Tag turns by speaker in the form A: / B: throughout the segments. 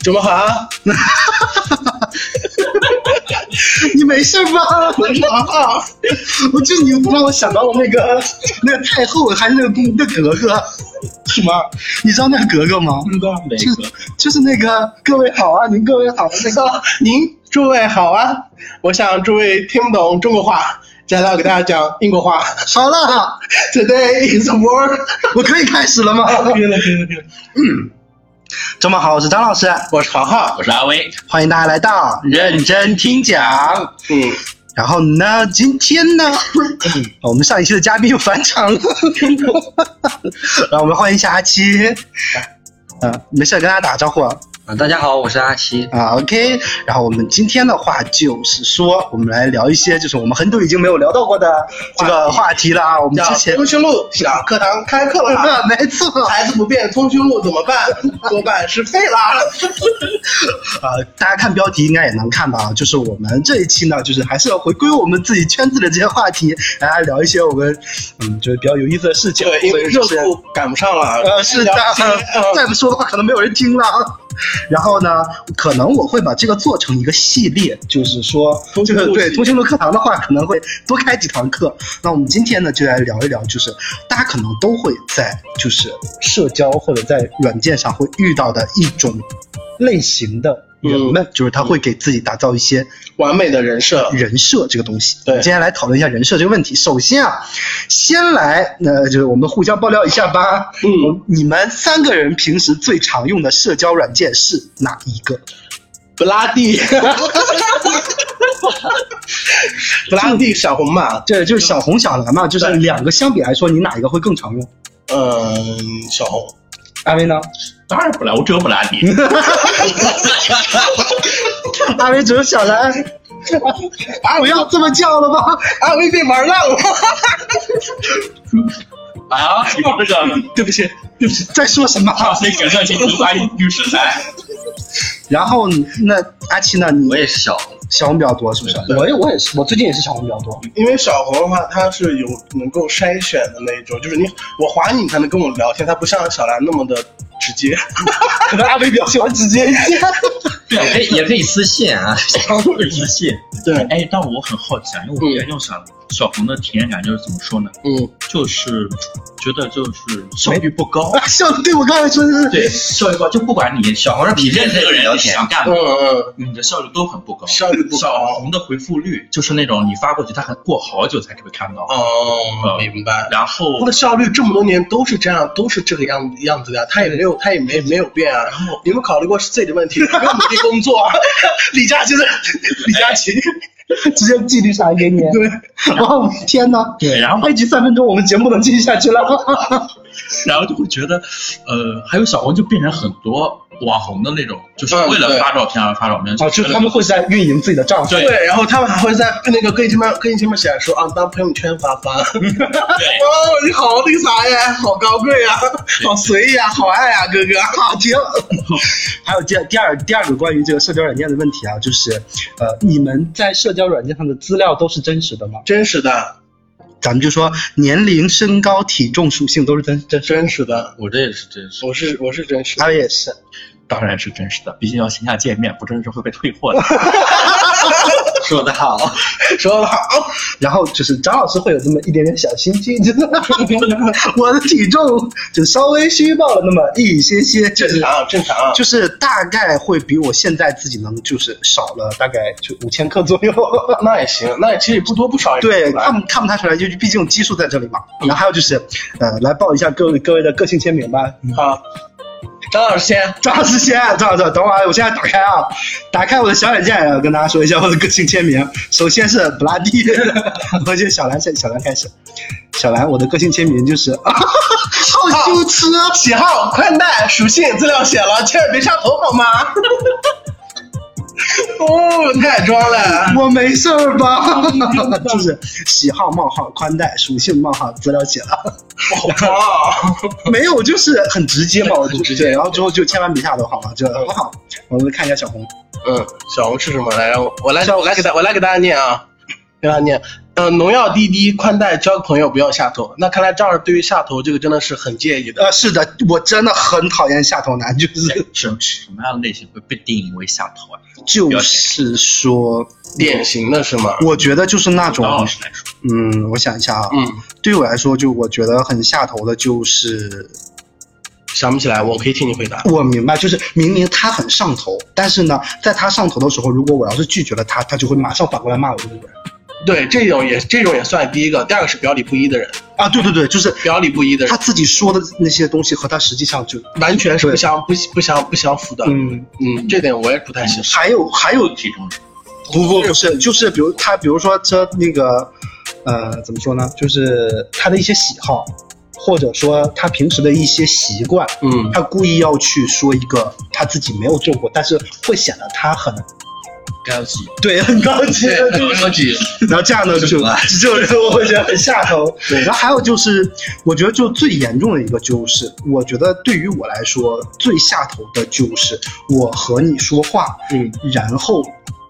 A: 怎么好啊？
B: 你没事吧？
A: 没事啊。
B: 我就是你让我想到了那个太后还是那格格，
A: 什么？
B: 你知道那个格格吗？
A: 不知道哪个？
B: 就是那个各位好啊，您各位好那个
A: 您诸位好啊！我想诸位听不懂中国话，接下来我给大家讲英国话。
B: 好了
A: ，Today is a word。
B: 我可以开始了吗？
A: 可以了。
B: 周末好，我是张老师，
A: 我是豪豪，
C: 我是阿威，
B: 欢迎大家来到认真听讲。然后呢，今天呢，我们上一期的嘉宾又返场了，让我们欢迎一下阿七。没事跟大家打个招呼啊。
C: 大家好，我是阿七
B: OK， 然后我们今天的话就是说，我们来聊一些就是我们很久已经没有聊到过的这个话题了啊。我们之前
A: 通讯录小课堂开课了，
B: 没错，
A: 孩子不变通讯录怎么办？多半是废了。
B: 大家看标题应该也能看到啊，就是我们这一期呢，就是还是要回归我们自己圈子的这些话题，来聊一些我们就是比较有意思的事情。
A: 对，因为热度赶不上了。
B: 是的，再不说的话，可能没有人听了。然后呢，可能我会把这个做成一个系列，就是说这个对通讯录课堂的话，可能会多开几堂课。那我们今天呢，就来聊一聊，就是大家可能都会在就是社交或者在软件上会遇到的一种类型的人们，就是他会给自己打造一些
A: 完美的人设
B: 这个东西。
A: 对，
B: 今天来讨论一下人设这个问题。首先啊，先来就是我们互相爆料一下吧。你们三个人平时最常用的社交软件是哪一个？
A: 布拉蒂。布拉蒂小红嘛，
B: 对，就是小红小蓝嘛，就是两个相比来说，你哪一个会更常用？
A: 小红。
B: 阿威呢？
C: 当然不来，我只有布拉蒂。
B: 阿威只有小蓝。不要这么叫了吧，
A: 阿威被玩烂了。
C: 啊，你这个
A: 对不起，
B: 在说什么？
C: 所以感谢请主把女士来。
B: 然后那阿七呢？
C: 我也是小
B: 红比较多，是不是？我也是，我最近也是小红比较多。
A: 因为小红的话，它是有能够筛选的那一种，就是我划你才能跟我聊天，它不像小蓝那么的直接。可能阿威比较喜欢直接一些。
C: 对，也可以私信啊，都是私信。
A: 对，
C: 哎，但我很好奇啊，因为我原用小红的体验感就是怎么说呢？就是觉得就是效率不高。
B: 对，我刚才说的是
C: 对效率高，就不管你小红上比任何人聊天想干嘛，你的效率都很不高。
A: 效率不高。
C: 小红的回复率就是那种你发过去，它还过好久才会看到。
A: 明白。
C: 然后
A: 它的效率这么多年都是这样，都是这个样子的，它也没有变啊。然后你们考虑过是自己的问题，没有努力工作。李佳琦直接寄绿茶给你。对，
B: 哦天哪！
C: 对，然后
B: 一集3分钟，我们节目能继续下去了。
C: 然后就会觉得，还有小红就变成很多网红的那种，就是为了发照片而发照片。
B: 就是他们会在运营自己的账号。
A: 对，然后他们还会在那个跟你前面写说当朋友圈发。对，你好那个啥呀，好高贵呀，好随意呀，好爱呀，哥哥，好听。
B: 还有第二个关于这个社交软件的问题啊，就是你们在社交软件上的资料都是真实的吗？
A: 真实的。
B: 咱们就说年龄、身高、体重、属性都是
A: 真实的。
C: 我这也是真实，
A: 我是真实的。
B: 他也是，
C: 当然是真实的，毕竟要线下见面，不真实会被退货的。说得好。
B: 然后就是张老师会有这么一点点小心机，我的体重就稍微虚报了那么一些，
A: 正常，
B: 就是大概会比我现在自己能就是少了大概就5000克左右。
A: 那也行，那其实也不多不少。
B: 对，看不太出来，就毕竟基数在这里嘛。然后还有就是来报一下各位的个性签名吧。
A: 好。张老师先，等会儿，
B: 我现在打开我的小软件，要跟大家说一下我的个性签名。首先是布拉蒂，我就小蓝开始。小蓝，我的个性签名就是好羞耻，
A: 喜好宽带，属性资料写了，千万别下头好吗？太装了，
B: 我没事吧？就是喜好冒号宽带，属性冒号资料写了。
A: 好装啊！
B: 没有，就是很直接嘛，很直接。然后之后就千万别下头好吗？这很好。我们看一下小红。
A: 小红是什么来？我来给大家念啊，给大家念农药滴滴，宽带交个朋友，不要下头。那看来赵二对于下头这个真的是很介意的。
B: 是的，我真的很讨厌下头男，就是
C: 什么样的类型会被定义为下头啊？
B: 就是说
A: 典型的是吗？
B: 我觉得就是那种，
C: 老师来说，
B: 我想一下啊，对于我来说，就我觉得很下头的就是。
A: 想不起来，我可以替你回答。
B: 我明白，就是明明他很上头，但是呢，在他上头的时候，如果我要是拒绝了他，他就会马上反过来骂我这个人。
A: 对，这种也算第一个，第二个是表里不一的人
B: 啊，对，就是
A: 表里不一的人，
B: 他自己说的那些东西和他实际上就
A: 完全是不相符的。这点我也不太喜欢。
B: 还有其中不是，就是比如说这那个怎么说呢？就是他的一些喜好。或者说他平时的一些习惯，他故意要去说一个他自己没有做过，但是会显得他很
C: 高级，
B: 对，很高级，
C: 很高级。
B: 然后这样的就我会觉得很下头。对，然后还有就是，我觉得就最严重的一个就是，我觉得对于我来说最下头的就是我和你说话，然后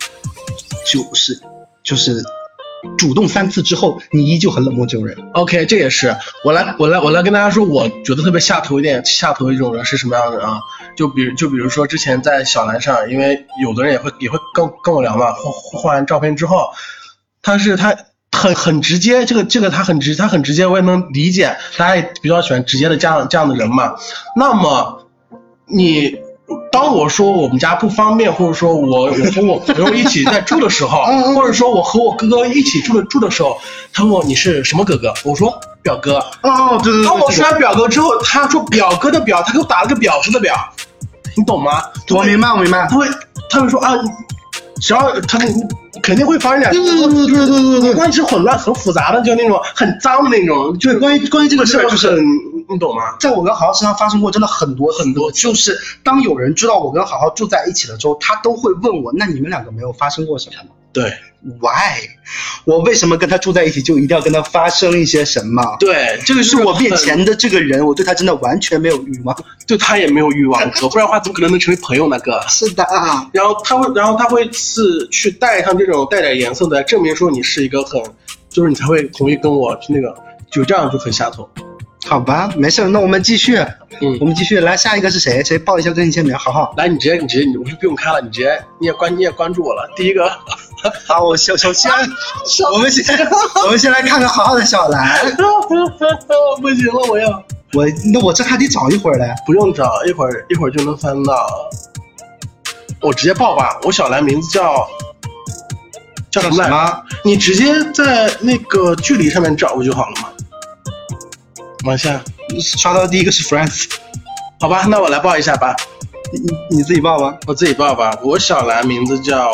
B: 就是。主动3次之后，你依旧很冷漠这种人。
A: OK， 这也是我来跟大家说，我觉得特别下头的一种人是什么样的人啊？就比如说之前在小蓝上，因为有的人也会跟我聊嘛，换完照片之后，他很直接，这个他很直接，我也能理解，大家也比较喜欢直接的这样的人嘛。那么当我说我们家不方便，或者说我和我朋友一起在住的时候，或者说我和我哥哥一起住的时候，他问我你是什么哥哥？我说表哥。
B: 对。
A: 当我说完表哥之后，他说表哥的表，他给我打了个表示的表，你懂吗？
B: 我明白。
A: 他会说啊，只要他肯定会发生点对，关系是混乱很复杂的，就那种很脏的那种，就是关于这个事儿，就是你懂吗？
B: 在我跟好好身上发生过真的很多，就是当有人知道我跟好好住在一起了之后，他都会问我，那你们两个没有发生过什么吗？
A: 对
B: ，Why？ 我为什么跟他住在一起就一定要跟他发生一些什么？
A: 对，这个
B: 是我面前的这个人，我对他真的完全没有欲望，
A: 对他也没有欲望，不然的话怎么可能成为朋友呢？哥，
B: 是的啊。
A: 然后他会去带上这种带点颜色的，证明说你是一个就是你才会同意跟我去那个，就这样就很下头。
B: 好吧，没事，那我们继续。我们继续来，下一个是谁？谁报一下跟你签名？好，
A: 来，你直接，我就不用开了，你也关注我了。第一个，
B: 好，我首先，我们先来看看好好的小兰。
A: 不行了，
B: 我这还得找一会儿嘞。
A: 不用找，一会儿就能翻到。我直接报吧，我小兰名字叫什么？你直接在那个距离上面找不就好了吗？往下
B: 刷到第一个是 Friends，
A: 好吧，那我来报一下吧。
B: 你自己报吧。
A: 我自己报吧。我小兰名字叫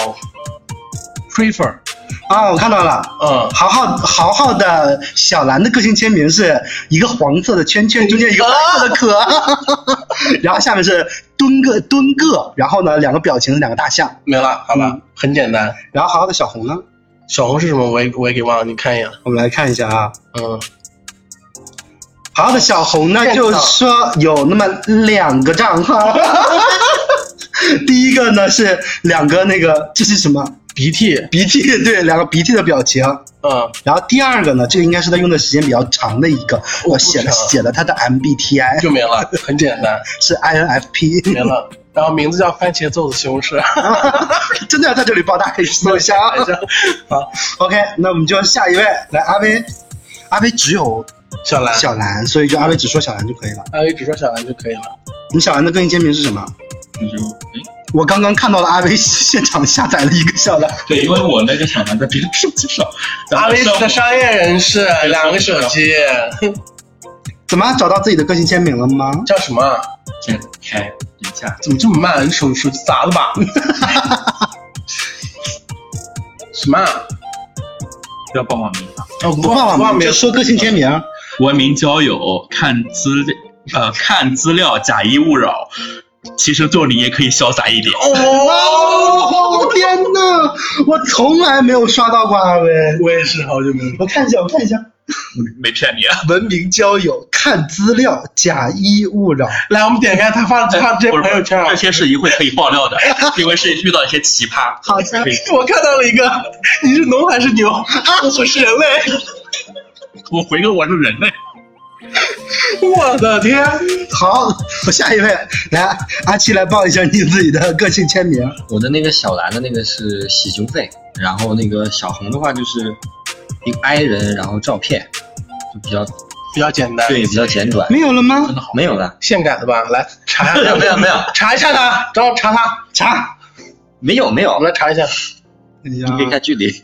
A: Prefer。
B: 我看到了。好好的小兰的个性签名是一个黄色的圈圈，中间一个白色的壳，然后下面是蹲个，然后呢2个表情2个大象，
A: 没了，好吧，很简单。
B: 然后好好的小红呢？
A: 小红是什么？我也给忘了，你看一眼。
B: 我们来看一下啊。好的小红呢，就是说有那么2个账号。第一个呢是2个那个，这是什么？鼻涕，对，2个鼻涕的表情。然后第二个呢，这个应该是他用的时间比较长的一个，我写了他的 MBTI
A: 就没了，很简单，
B: 是 INFP
A: 没了。然后名字叫番茄揍死西红柿。
B: 真的要在这里报，大家可以搜一下。好 ，OK， 那我们就下一位来，阿威只有小兰，所以就阿威只说小兰就可以了。
A: 阿威只说小兰就可以了。
B: 你小兰的个性签名是什么？我刚刚看到了阿威现场下载了一个小兰。
C: 对，因为我那个小兰在别人手机上。
A: 阿威的商业人士，2个手机。
B: 怎么找到自己的个性签名了吗？
A: 叫什么？
C: 先开一下。
A: 怎么这么慢？你手机砸了吧？什么？
C: 不要报网名啊！
B: 不报网名，就说个性签名。
C: 文明交友，看资料，假意勿扰。其实做你也可以潇洒一点。
B: 天哪！我从来没有刷到过阿威。
A: 我也是好久没有。
B: 我看一下。
C: 没骗你啊。
B: 文明交友，看资料，假一勿扰。
A: 来，我们点开他发这朋友圈啊，
C: 这些是一会可以爆料的，因为是遇到一些奇葩。
B: 好的，
A: 我看到了一个，你是龙还是牛？我是人类。
C: 我回个我是人类。
A: 我的天！
B: 好，我下一位来，阿七来报一下你自己的个性签名。
D: 我的那个小蓝的那个是洗胸费，然后那个小红的话就是一个 I 人，然后照片就
A: 比较简单，
D: 对，比较简短。
B: 没有了吗？
C: 真的好，
D: 没有了，
A: 现改的吧？来查一下，
D: 没有，
A: 查一下他，找我查他，查，
D: 没有，
A: 我们来查一下。
D: 你可以看距离。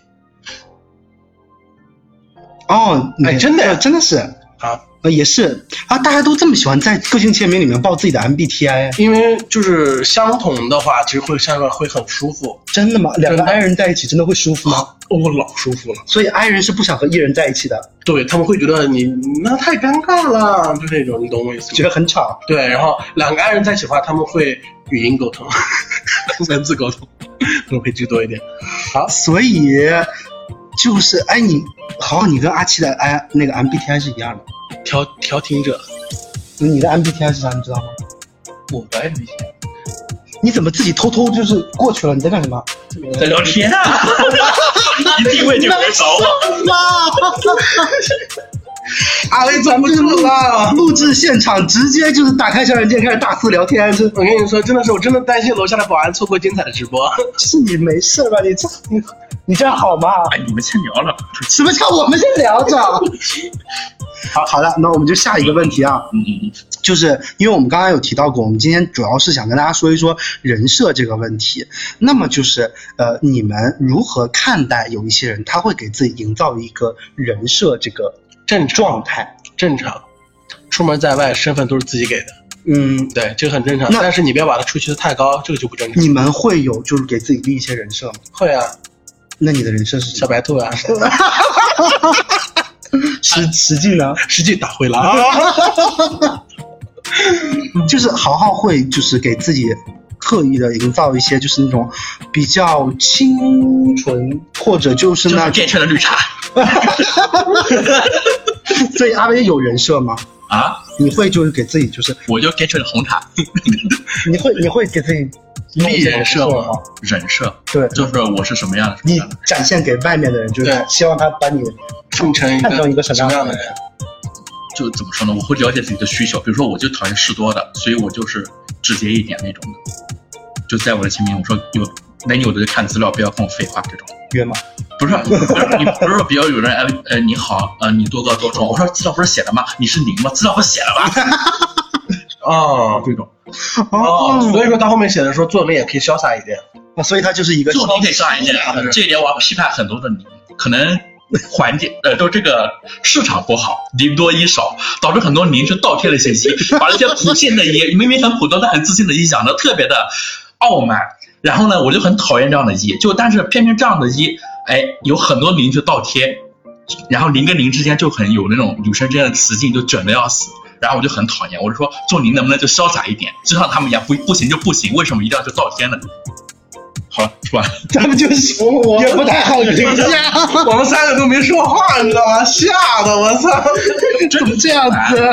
B: 哦，
A: 哎，真的
B: 真的是
A: 啊。
B: 也是啊，大家都这么喜欢在个性签名里面报自己的 MBTI，
A: 因为就是相同的话，其实会上面会很舒服。
B: 真的吗？两个 I 人在一起真的会舒服吗？
A: 我老舒服了。
B: 所以 I 人是不想和 E 人在一起的，
A: 对，他们会觉得你那太尴尬了，就这种，你懂我意思吗？
B: 觉得很吵。
A: 对，然后两个 I 人在一起的话，他们会语音沟通，文字沟通，可能会居多一点。好，
B: 所以就是哎，你跟阿七的那个 MBTI 是一样的。
A: 调停者，
B: 你的 MBTI 是啥？你知道吗？
C: 我的 MBTI，
B: 你怎么自己偷偷就是过去了？你在干什么？
C: 在聊天啊！一定位就没找我。
A: 阿威坐不住了，
B: 录制现场直接就是打开小软件开始大肆聊天。
A: 我跟你说，真的是，我真的担心楼下的保安错过精彩的直播。
B: 就是你没事吧？你这样好吗？
C: 哎，你们先聊了。
B: 什么叫我们先聊着？好的，那我们就下一个问题啊。就是因为我们刚刚有提到过，我们今天主要是想跟大家说一说人设这个问题。那么就是你们如何看待有一些人他会给自己营造一个人设这个状态？
A: 正常，出门在外身份都是自己给的。对，这个很正常。但是你不要把它吹嘘的太高，这个就不正常。
B: 你们会有就是给自己立一些人设吗？
A: 会啊。
B: 那你的人设是
A: 小白兔啊？
B: 实际呢？
A: 实际打回了。
B: 就是豪豪会就是给自己刻意的营造一些就是那种比较清纯或者就是那
C: 健全的绿茶。
B: 所以阿威有人设吗？
C: 啊？
B: 你会就是给自己就是
C: 我就健全的红茶。
B: 你会给自己
A: 立人设吗？
C: 人设，
B: 对，
C: 就是我是什么样的，
B: 你展现给外面的人，就是希望他把你
A: 看成一个什么样的人。
C: 就怎么说呢？我会了解自己的需求，比如说我就讨厌事多的，所以我就是直接一点那种的。就在我的签名，我说那你我就看资料，不要跟我废话这种。
B: 约吗？
C: 不是，你不是说比较有人你好，你多高多重？我说资料不是写了吗？你是0吗？资料不是写了吗？哦，这种。
A: 所以说他后面写的说做人也可以潇洒一点。
B: 所以他就是一个
C: 做人可以潇洒一点。这一点我要批判很多的你，可能。环境都这个市场不好，零多一少，导致很多零是倒贴的信息，把那些普信的一明明很普通但很自信的一讲的特别的傲慢，然后呢我就很讨厌这样的一，但是偏偏这样的一，有很多零去倒贴，然后零跟零之间就很有那种女生之间的雌竞，就整的要死，然后我就很讨厌，我就说做零能不能就潇洒一点，就像他们一样，不行就不行，为什么一定要去倒贴呢？好了，说完了。
B: 咱们就是也不太好评价，
A: 我们3个都没说话，你知道吗？吓得我操！
B: 怎么这样子？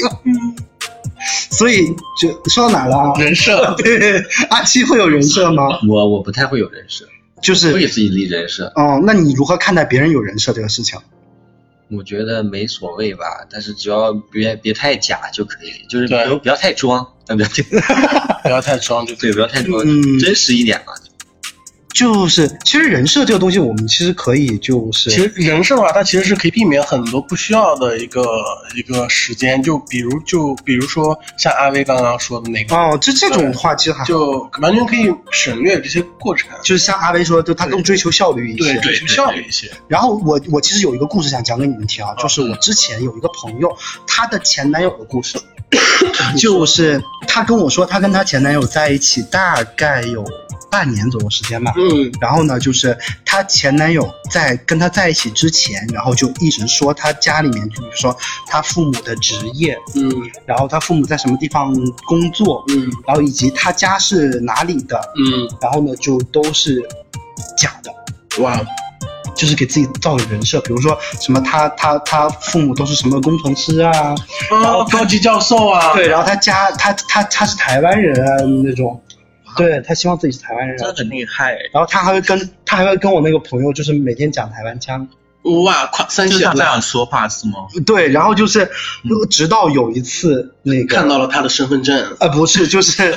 B: 所以就说到哪了啊？
A: 人设。
B: 对，阿七会有人设吗？
D: 我不太会有人设，
B: 就是
D: 会给自己立人设。
B: 那你如何看待别人有人设这个事情？
D: 我觉得没所谓吧，但是只要别太假就可以，就是不要太装，
A: 不要太装就
D: 对，不要太装，真实一点嘛。
B: 就是其实人设这个东西我们其实可以就是
A: 其实人设的话它其实是可以避免很多不需要的一个时间，就比如说像阿威刚刚说的那个
B: 这种的话其实还
A: 就完全可以省略这些过程，
B: 就是像阿威说就他更追求效率一些，
A: 对，追求效率一些。
B: 然后我其实有一个故事想讲给你们听啊，就是我之前有一个朋友他的前男友的故事就是他跟我说他跟他前男友在一起大概有半年左右时间吧，然后呢，就是她前男友在跟她在一起之前，然后就一直说她家里面，就比如说她父母的职业，然后她父母在什么地方工作，然后以及她家是哪里的，然后呢就都是假的，
A: 哇，
B: 就是给自己造个人设，比如说什么他父母都是什么工程师啊，然后
A: 高级教授啊，
B: 对，然后他是台湾人啊那种，对他希望自己是台湾人，
C: 这很厉害。
B: 然后他还会跟我那个朋友就是每天讲台湾腔。
A: 哇，三
C: 就
A: 线
C: 像这样说话是吗？
B: 对，然后就是直到有一次那个
A: 看到了他的身份证，
B: 不是，就是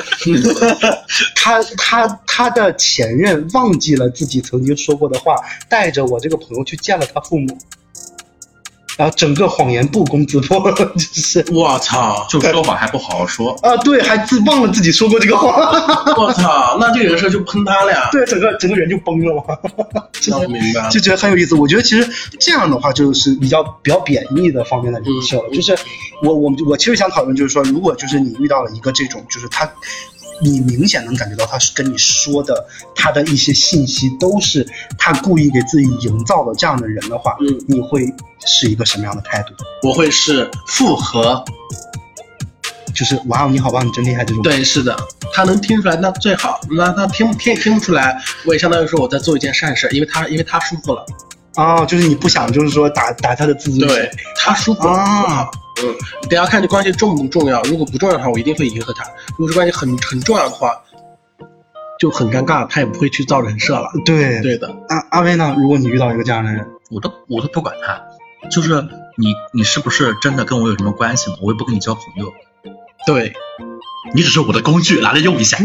B: 他的前任忘记了自己曾经说过的话，带着我这个朋友去见了他父母，然后整个谎言不攻自破，就是
A: 我操，
C: 就说谎还不好好说
B: 啊，对，还忘了自己说过这个话，
A: 我操，那这个人设就喷他了呀，
B: 对，整个人就崩了嘛，
A: 那我明白了，
B: 就觉得很有意思。我觉得其实这样的话就是比较贬义的方面的人设了，就是我其实想讨论就是说，如果就是你遇到了一个这种，就是你明显能感觉到他是跟你说的他的一些信息都是他故意给自己营造的这样的人的话，你会是一个什么样的态度？
A: 我会是复合，
B: 就是哇，你好棒，你真厉害这种。
A: 对，是的，他能听出来那最好，那他听不出来，我也相当于说我在做一件善事，因为他舒服了。
B: 啊，就是你不想就是说打他的自尊心，
A: 对，他舒服了
B: 啊。
A: 等下看这关系重不重要，如果不重要的话，我一定会迎合他；如果是关系很重要的话，就很尴尬，他也不会去造人设了。
B: 对
A: 对的。
B: 阿威呢？如果你遇到一个这样的人，
C: 我都不管他，就是你是不是真的跟我有什么关系吗？我也不跟你交朋友。
A: 对，
C: 你只是我的工具，拿来用一下。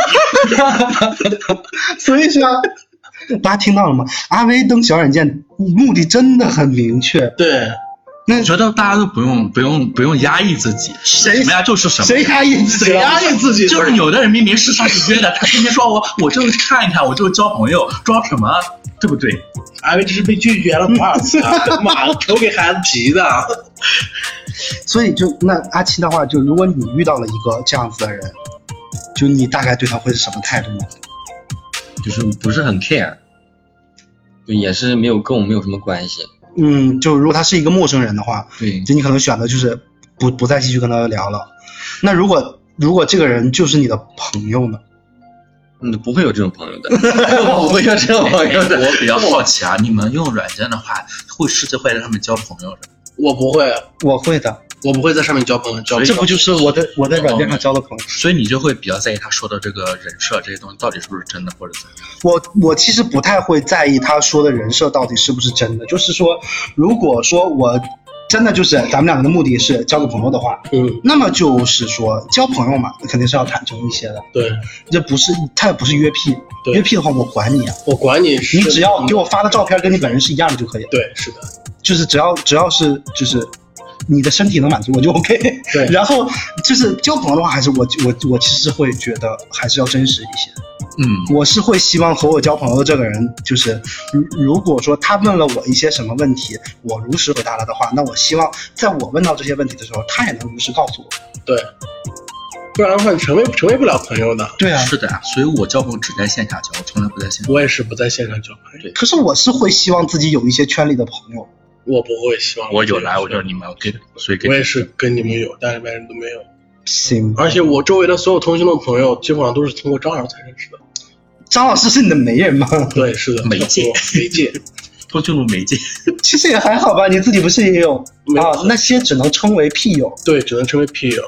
B: 所以说，大家听到了吗？阿威登小软件目的真的很明确。
A: 对。
B: 那
C: 我觉得大家都不用压抑自己，
B: 谁
C: 什么呀就是什么。
B: 谁压抑自己？
A: 谁压抑自己？
C: 就是有的人明明是上去约的，他天天说我就是看一看，我就是交朋友，装什么，对不对？
A: 阿威这是被拒绝了多少次啊？妈的，头给孩子急的。
B: 所以那阿七的话，就如果你遇到了一个这样子的人，就你大概对他会是什么态度呢？
D: 就是不是很 care， 就也是跟我没有什么关系。
B: 就如果他是一个陌生人的话，
D: 对，
B: 就你可能选择就是不再继续跟他聊了。那如果这个人就是你的朋友呢？
D: 不会有这种朋友的，我不会有这种朋友的。
C: 我比较好奇啊，你们用软件的话，试着会在上面交朋友的？
A: 我不会，
B: 我会的，
A: 我不会在上面交朋友。
B: 这不就是我在软件上交的朋友？
C: 所以你就会比较在意他说的这个人设这些东西到底是不是真的或者怎样？
B: 我其实不太会在意他说的人设到底是不是真的，就是说，如果说我真的就是咱们两个的目的是交个朋友的话，那么就是说交朋友嘛，肯定是要坦诚一些的。
A: 对，
B: 他也不是约屁，约屁的话我管你啊，
A: 我管你，
B: 你只要给我发的照片跟你本人是一样的就可以。
A: 对，是的，
B: 就是只要是就是你的身体能满足我就 OK。
A: 对，
B: 然后就是交朋友的话，还是我其实会觉得还是要真实一些。我是会希望和我交朋友的这个人，就是如果说他问了我一些什么问题，我如实回答了的话，那我希望在我问到这些问题的时候，他也能如实告诉我。
A: 对，不然的话你成为不了朋友的。
B: 对啊，
C: 是的呀，所以我交朋友只在线下交，我从来不在线上。
A: 我也是不在线上交朋友。
B: 可是我是会希望自己有一些圈里的朋友。
A: 我不会希望
C: 我有来，我就是你们，所以
A: 我也是跟你们有，但是别人都没有。
B: 行，
A: 而且我周围的所有同行的朋友，基本上都是通过张老师才认识的。
B: 张老师是你的媒人吗？
A: 对，是的，
C: 媒介，通讯录媒介。
B: 其实也还好吧，你自己不是也有啊？那些只能称为屁友。
A: 对，只能称为屁友。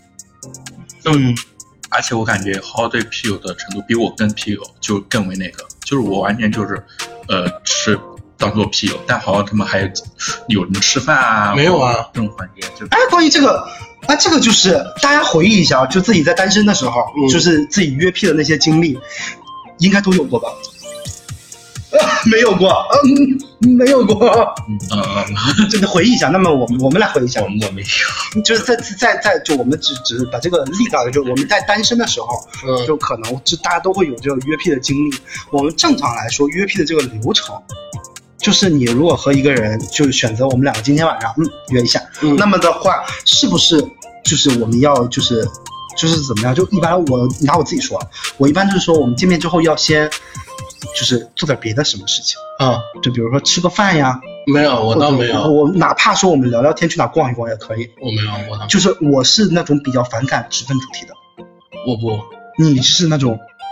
C: 而且我感觉好好对屁友的程度，比我跟屁友就更为那个，就是我完全就是是当做屁友，但好像他们还有人吃饭啊，
A: 没有啊，
C: 这种环节就。
B: 关于这个。这个就是大家回忆一下，就自己在单身的时候，就是自己约屁的那些经历，应该都有过吧？没有过，没有过。真的回忆一下。那么我们来回忆一下，
C: 我没有，
B: 就是在就我们只是把这个例子，就我们在单身的时候，就可能大家都会有这个约屁的经历。我们正常来说，约屁的这个流程。就是你如果和一个人就是选择我们两个今天晚上约一下，那么的话是不是就是我们要就是怎么样？就一般我拿我自己说，我一般就是说我们见面之后要先就是做点别的什么事情啊，就比如说吃个饭呀。
A: 没有，我倒没有。
B: 我哪怕说我们聊聊天，去哪逛一逛也可以。
A: 我没有，我倒
B: 就是我是那种比较反感直奔主题的。
A: 我不，
B: 你是那种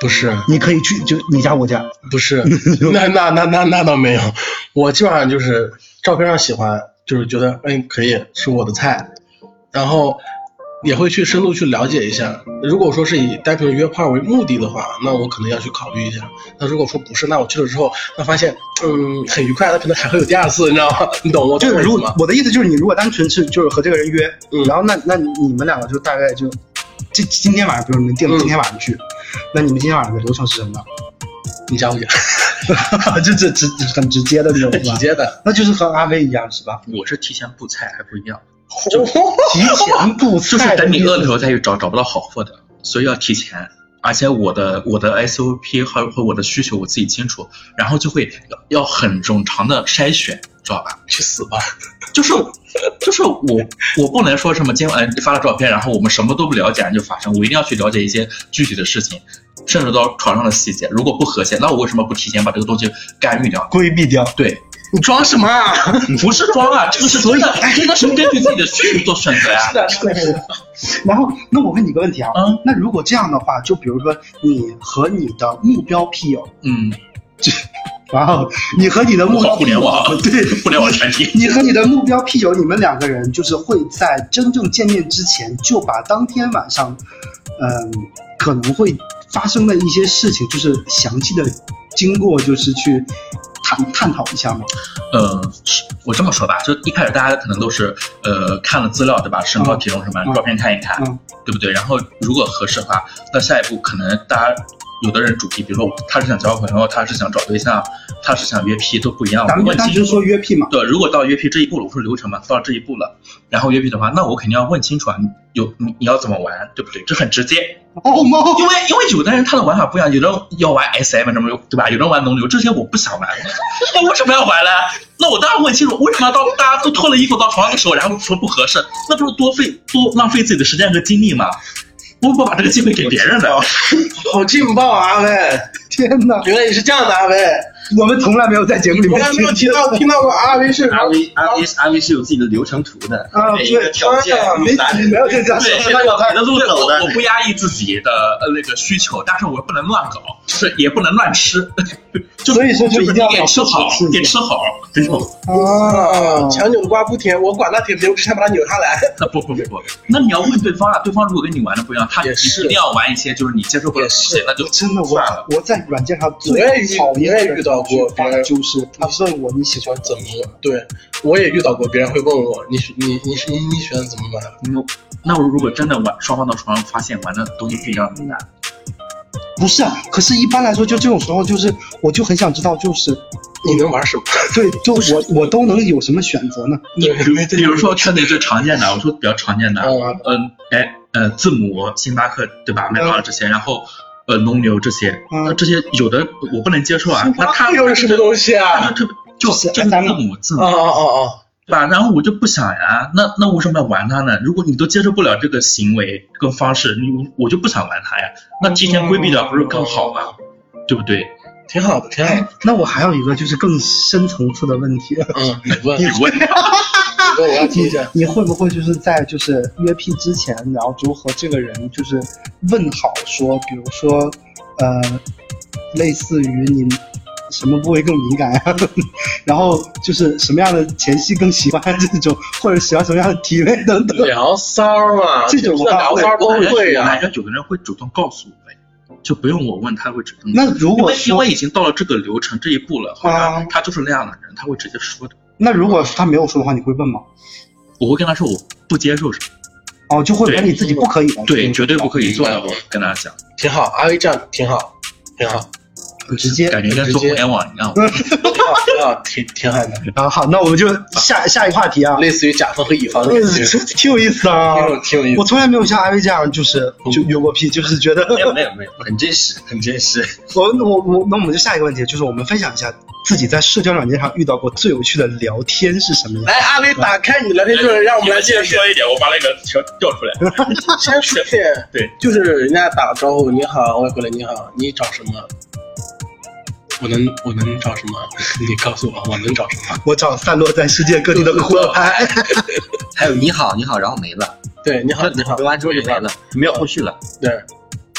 A: 不是，
B: 你可以去就你家我家，
A: 不是，那倒没有，我基本上就是照片上喜欢，就是觉得可以是我的菜，然后也会去深度去了解一下。如果说是以单纯约炮为目的的话，那我可能要去考虑一下。那如果说不是，那我去了之后，那发现很愉快，那可能还会有第二次，你知道吗？你懂我
B: 就是
A: 意思吗？
B: 我的意思就是，你如果单纯是就是和这个人约，然后那你们两个就大概就今天晚上，比如你们定了今天晚上去，那你们今天晚上的流程是什么？
A: 你家我家，
B: 这很直接的那种，
A: 直接的，
B: 那就是和阿威一样是吧？
C: 我是提前布菜还不一样，
B: 提前布菜，
C: 就是等你饿的时候再去找不到好货的，所以要提前。而且我的 SOP 和我的需求我自己清楚，然后就会要很冗长的筛选，知道吧？
A: 去死吧！
C: 就是我不能说什么今晚发了照片，然后我们什么都不了解就发生，我一定要去了解一些具体的事情，甚至到床上的细节。如果不和谐，那我为什么不提前把这个东西干预掉、
B: 规避掉？
C: 对。
A: 你装什么啊？
C: 不是装啊，这个是真的，真的是根据自己的需求做选择呀。
A: 是的。
B: 然后，那我问你个问题啊，那如果这样的话，就比如说你和你的目标屁友，然后你和你的目标
C: 互联网，
B: 对，
C: 互联网产品，
B: 你和你的目标屁友，你们两个人就是会在真正见面之前，就把当天晚上，可能会发生的一些事情，就是详细的经过，就是去探讨一下吗？
C: 我这么说吧，就一开始大家可能都是看了资料对吧，身高体重什么，照片看一看，对不对？然后如果合适的话，那下一步可能大家有的人主题，比如说他是想交朋友，他是想找对象，他是想约炮，都不一样。
B: 咱们单纯说约炮嘛。
C: 对，如果到约炮这一步了，我说流程嘛，到这一步了，然后约炮的话，那我肯定要问清楚啊，你要怎么玩，对不对？这很直接。因为有的人他的玩法不一样，有的人要玩 SM 什么，对吧？有人玩农流，这些我不想玩，那为什么要玩呢？那我当然问清楚，为什么要到大家都脱了衣服到床上的时候，然后说不合适？那不是多浪费自己的时间和精力吗？我不把这个机会给别人的。
A: 好劲爆啊，阿威！
B: 天哪，
A: 原来你是这样的，阿威。我
B: 们从来没有在节目里面
A: 没有听到过阿威是
D: 阿威是有自己的流程图的
B: 每一个
D: 条件
B: 没有这个
C: 我不压抑自己的那个需求，但是我不能乱搞，就是也不能乱吃，
B: 所以说就一定要
C: 给吃好，给吃好这种。
A: 强扭的瓜不甜，我管他甜不甜，我只想把它扭下来。
C: 不，那你要问对方啊，对方如果跟你玩的不一样，他一定要玩一些就是你接受不了的东西，那就
B: 真的我在软件上
A: 最讨厌遇到过别人
B: 就是他问我你喜欢
A: 怎么玩，对我也遇到过别人会问我你喜欢怎么玩。
C: 那我如果真的玩双方到床上发现玩的东西不一样怎么办？
B: 不是啊，可是一般来说就这种时候就是我就很想知道就是
A: 你能玩什么？
B: 对，就我都能有什么选择呢？
C: 比如说圈内最常见的，我说比较常见的，字母星巴克对吧，麦当劳这些，然后农牛这些，这些有的我不能接受啊。那他
A: 有什么东西啊？
C: 就是字母对吧？然后我就不想呀，那为什么要玩它呢？如果你都接受不了这个行为跟方式，我就不想玩它呀。那提前规避掉不是更好吗？对不对？
A: 挺好的，挺好的。
B: 那我还有一个就是更深层次的问题。
A: 你问。我要听一下。
B: 你会不会就是在就是约炮之前，然后就和这个人就是问好说，比如说类似于你什么部位更敏感啊，然后就是什么样的前戏更喜欢这种，或者喜欢什么样的体位等等。
A: 聊骚嘛，
B: 这种
A: 聊骚都会呀。
C: 感觉有的人会主动告诉我，就不用我问他会主动。
B: 那如果
C: 因为已经到了这个流程这一步了，好像他就是那样的人，他会直接说的。
B: 那如果他没有说的话，你会问吗？
C: 我会跟他说我不接受什么。
B: 就会把你自己不可以的。
C: 对，绝对不可以做的。我跟他讲，
A: 挺好，阿威这样挺好，挺好。
B: 很直接，
C: 感觉跟做互联网一样，
A: 挺狠的。
B: 好，那我们就下一个话题啊，
A: 类似于甲方和乙方的，
B: 挺有意思啊，
A: 挺有意思。
B: 我从来没有像阿威这样，就约过屁，就是觉得
D: 没有，很真实。
B: 那我们就下一个问题，就是我们分享一下自己在社交软件上遇到过最有趣的聊天是什么样。
A: 来，阿威打开你的聊天记录，让我们来
C: 先说一点，我把那个调出来。
A: 先说一点，
C: 对，
A: 就是人家打个招呼，你好，我也回来你好，你找什么？我能找什么？你告诉我，我能找什么？
B: 我找散落在世界各地的骷髅牌。
D: 还有你好，然后没了。
A: 对，你好，
D: 回完之后就没了，没有后续了。
A: 对，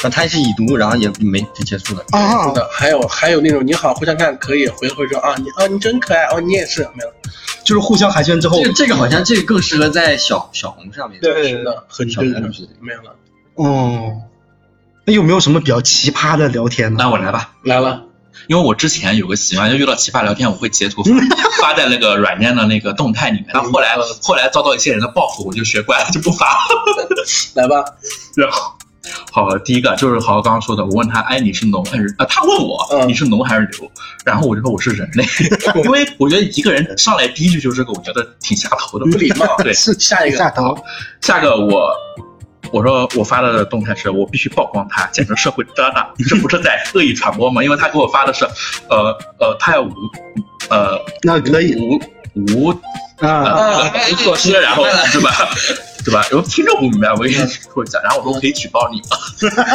D: 那他是已读，然后也没就结束了。
B: 啊
A: 是，的，还有那种你好，互相看可以回说啊你真可爱哦，你也是没有。
B: 就是互相寒暄之后，
D: 这个好像这个更适合在小红上面。
B: 对
A: 是的，很
D: 小
A: 真
D: 红是
A: 没有了。
B: 哦，那有没有什么比较奇葩的聊天呢？
C: 那我来吧。
A: 来了，
C: 因为我之前有个习惯，就遇到奇葩聊天，我会截图发在那个软件的那个动态里面。然后后来遭到一些人的报复，我就学乖了，就不发了。
A: 来吧。
C: 然后，好，第一个就是豪刚刚说的，我问他，哎，你是龙还是他问我你是龙还是牛？然后我就说我是人类，因为我觉得一个人上来第一句就是这个，我觉得挺下头的，
A: 不礼貌。
C: 对，
B: 是
A: 下一个
B: 下头。
C: 下个我说我发的动态是我必须曝光他，简直社会渣男，这不是在恶意传播吗？因为他给我发的是，他要
B: 那可以
C: 无措施，然后是吧？对吧？然后听众不明白，我跟你说一下，然后我说我可以举报你吗？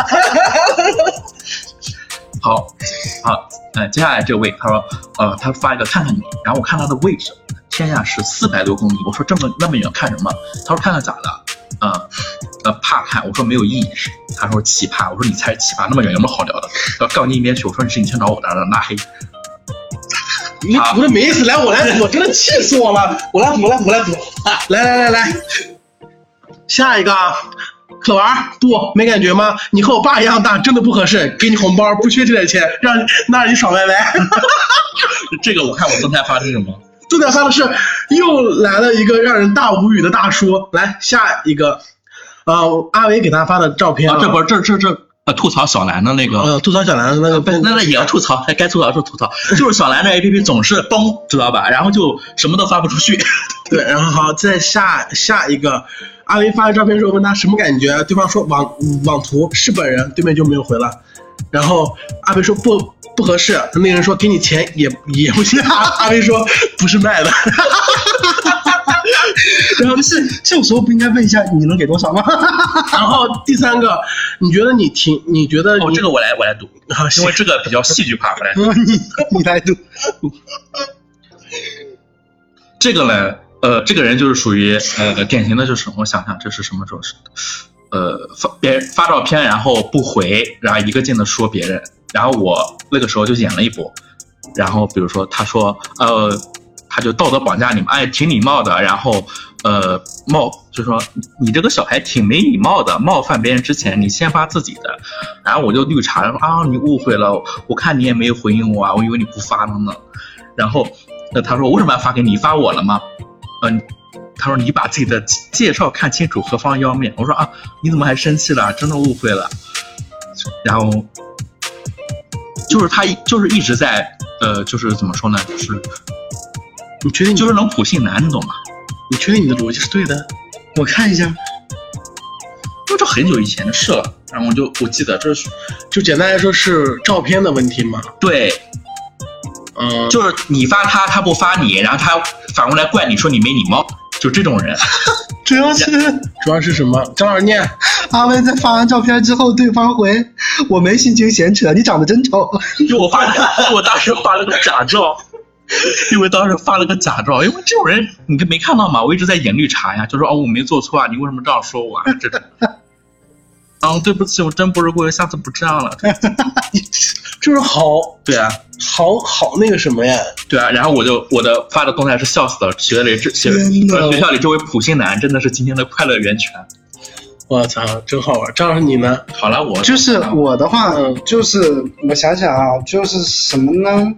C: 好，接下来这位他说，他发一个看看你，然后我看他的位置，天呀是400多公里，我说那么远看什么？他说看看咋的？怕看，我说没有意义，他说奇葩，我说你才是奇葩，那么远有什么好聊的？告你一边去，我说你是你先找我的拉黑。
A: 你读的没意思，来我来读，真的气死我了！我来读，来，下一个啊，可玩不没感觉吗？你和我爸一样大，真的不合适，给你红包，不缺这点钱，让你爽歪歪。
C: 这个我看我动态发的是什么？
A: 重点发的是又来了一个让人大无语的大叔。来下一个，阿维给他发的照片，
C: 这不是这。吐槽小兰的那个，
A: 吐槽小兰的那个，
C: 那也要吐槽，该吐槽就吐槽，就是小兰的 APP 总是崩，知道吧？然后就什么都发不出去。
A: 对，然后好，再下一个，阿维发的照片时候问他什么感觉，对方说网图是本人，对面就没有回了。然后阿维说不合适，那个人说给你钱也不行，阿维说不是卖的。
B: 然后这种时候不应该问一下你能给多少吗？
A: 然后第三个，你觉得
C: 这个我来读，因为这个比较戏剧化，我来读。
B: 你来读。
C: 这个呢，这个人就是属于典型的，就是我想想这是什么时候是发照片然后不回，然后一个劲的说别人，然后我那个时候就演了一波，然后比如说他说他就道德绑架你们，哎，挺礼貌的，然后就说你这个小孩挺没礼貌的，冒犯别人之前你先发自己的，然后我就绿茶说啊，你误会了，我看你也没有回应我啊，我以为你不发了呢，然后他说我为什么要发给你？发我了吗？他说你把自己的介绍看清楚，何方妖孽？我说啊，你怎么还生气了？真的误会了。然后就是他就是一直在就是怎么说呢？就是
A: 你确定
C: 就是能普信男，你懂吗？
A: 你确定你的逻辑是对的？
B: 我看一下，
C: 因为这很久以前的事了。然后我记得这是
A: 就简单来说是照片的问题嘛？
C: 对。就是你发他不发你，然后他反过来怪你说你没礼貌，就这种人。
B: 主要是
A: 什么？张老师念。
B: 阿威在发完照片之后，对方回我没心情闲扯，你长得真丑。
C: 就我当时发了个假照，因为当时发了个假照，因为这种人你没看到吗？我一直在演绿茶呀，就说我没做错啊，你为什么这样说我啊？这种。对不起，我真不是故意，下次不这样了。
A: 就是好，
C: 对啊，
A: 好那个什么呀？
C: 对啊，然后我的发的动态是笑死了，学校里这位普信男真的是今天的快乐源泉。
A: 我操，真好玩！张老师你呢？
C: 好了，
B: 就是我的话，就是我想想啊，就是什么呢？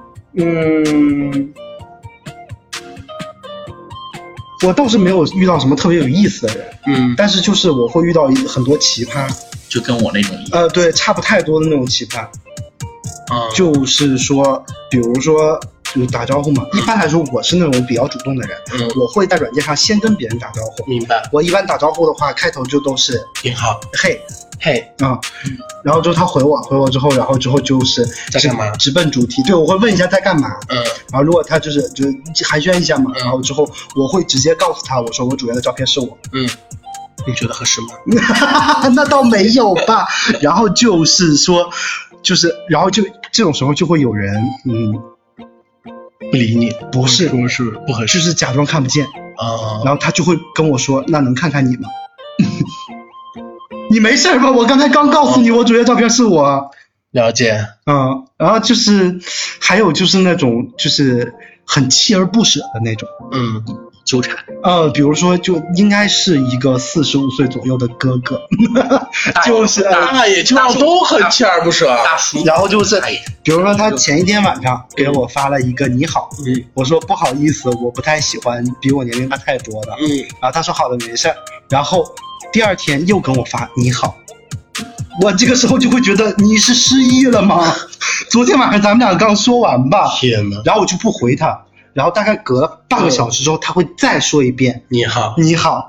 B: 我倒是没有遇到什么特别有意思的人，但是就是我会遇到很多奇葩，
C: 就跟我那种一样，
B: 对，差不太多的那种奇葩，就是说，比如说就是打招呼嘛，一般来说我是那种比较主动的人，我会在软件上先跟别人打招呼，
A: 明白？我
B: 一般打招呼的话，开头就都是
A: 你好，
B: 嘿，
A: 啊，
B: 然后之后他回我之后，然后就是
A: 在干嘛？
B: 直奔主题。对，我会问一下在干嘛。然后如果他就寒暄一下嘛，然后之后我会直接告诉他，我说我主页的照片是我。
A: 你觉得合适吗？
B: 那倒没有吧。然后就是说，然后就这种时候就会有人
A: 不理你，
B: 不是
A: 说是不合适，
B: 就是假装看不见
A: 啊。
B: 然后他就会跟我说，那能看看你吗？ 你没事吧？我刚才刚告诉你，我主页照片是我。
A: 了解。
B: 然后就是还有就是那种就是很锲而不舍的那种，
C: 纠缠。
B: 比如说就应该是一个45岁左右的哥哥，就是
A: 大爷就都很锲而不舍。
C: 大叔，
B: 然后就是比如说他前一天晚上给我发了一个你好，我说不好意思，我不太喜欢比我年龄大太多的，然后他说好的没事，然后第二天又跟我发你好。我这个时候就会觉得你是失忆了吗？昨天晚上咱们俩刚说完吧，
A: 天哪！
B: 然后我就不回他，然后大概隔了半个小时之后，他会再说一遍
A: 你好，
B: 你好。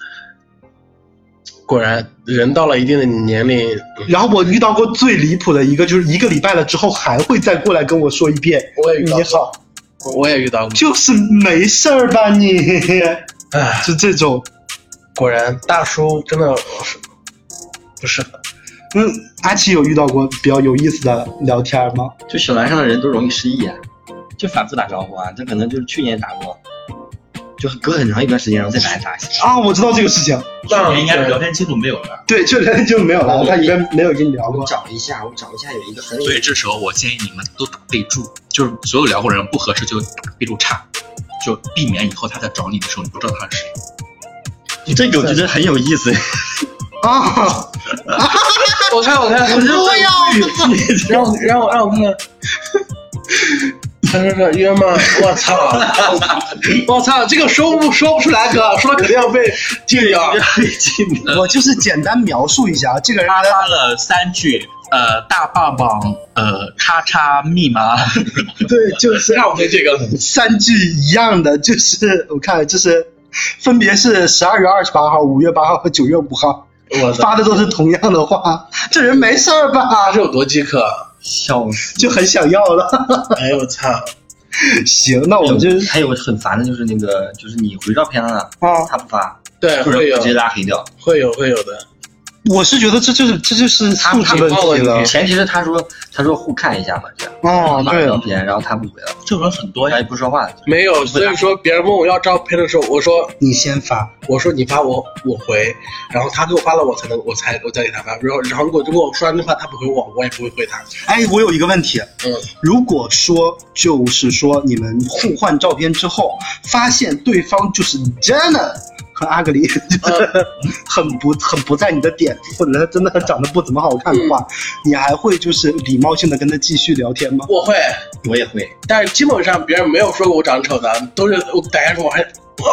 A: 果然，人到了一定的年龄，
B: 然后我遇到过最离谱的一个，就是1个礼拜了之后还会再过来跟我说一遍你好，
A: 我也遇到过，
B: 就是没事儿吧你？
A: 哎，
B: 就这种。
A: 果然，大叔真的不适合。
B: 阿奇有遇到过比较有意思的聊天吗？
D: 就小蓝上的人都容易失忆啊，就反复打招呼啊，这可能就是去年打过，就隔很长一段时间然后再打一次
B: 啊。我知道这个事情，
C: 去年应该聊天记录没有了。
B: 对，去年就没有了，他应该没有跟你聊过。
D: 我找一下有一个很。
C: 所以这时候我建议你们都打备注，就是所有聊过人不合适就打备注差，就避免以后他在找你的时候你不知道他是谁。
D: 这个我觉得很有意思。
B: 啊！
A: 我看，
B: 我要
A: 让我看看。他说约吗？我操！这个说不出来，哥，说了肯定要被禁掉。
B: 我就是简单描述一下，这个人
C: 他发了3句，大棒棒，叉叉密码。
B: 对，就是
A: 差不多这个
B: 3句一样的，就是我看就是分别是12月28号、5月8号和9月5号。发的都是同样的话，这人没事儿吧？
A: 这有多饥渴？
D: 笑死，
B: 就很想要了。
A: 哎呦我操！
B: 行，那我们就
D: 还有很烦的就是那个，就是你回照片了，他不发，
A: 对，会有
D: 直接拉黑掉，
A: 会有的。
B: 我是觉得这就是素质问题了。
D: 前提是他说互看一下嘛，这
B: 样。对。
D: 照片，然后他不回了，
C: 这种很多呀，
D: 他也不说话。
A: 没有，所以说别人问我要照片的时候，我说
B: 你先发，
A: 我说你发我回，然后他给我发了我再给他发，然后如果我说完的话他不回我也不会回他。
B: 哎，我有一个问题，如果说就是说你们互换照片之后，发现对方就是真的很阿格里，就是很不在你的点，或者他真的长得不怎么好看的话，你还会就是礼貌性的跟他继续聊天吗？
D: 我也会，
A: 但是基本上别人没有说过我长得丑的，都是我大家说我还。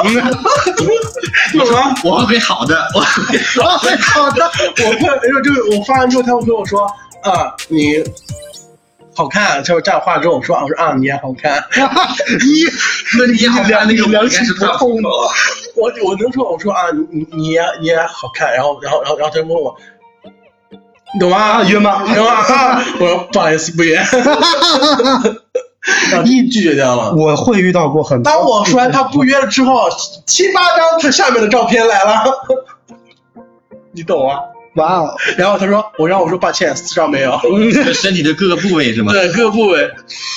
D: 我会好的，我会好的，
A: 就是我发完之后，他会跟我说你好看，就是这样话之后，我说你也好看，
D: 那你也好看，那个
B: 良心不痛吗？
A: 我能说我说你也好看，然后他就问我。你懂吗？
B: 约吗？
A: 懂吗？我说不好意思，不约。一拒绝掉了。
B: 我会遇到过很多。
A: 当我说完他不约了之后，7、8张他下面的照片来了，你懂啊？
B: 哇哦！
A: 然后他说，我说抱歉，4张没有。
D: 身体的各个部位是吗？
A: 对，各个部位。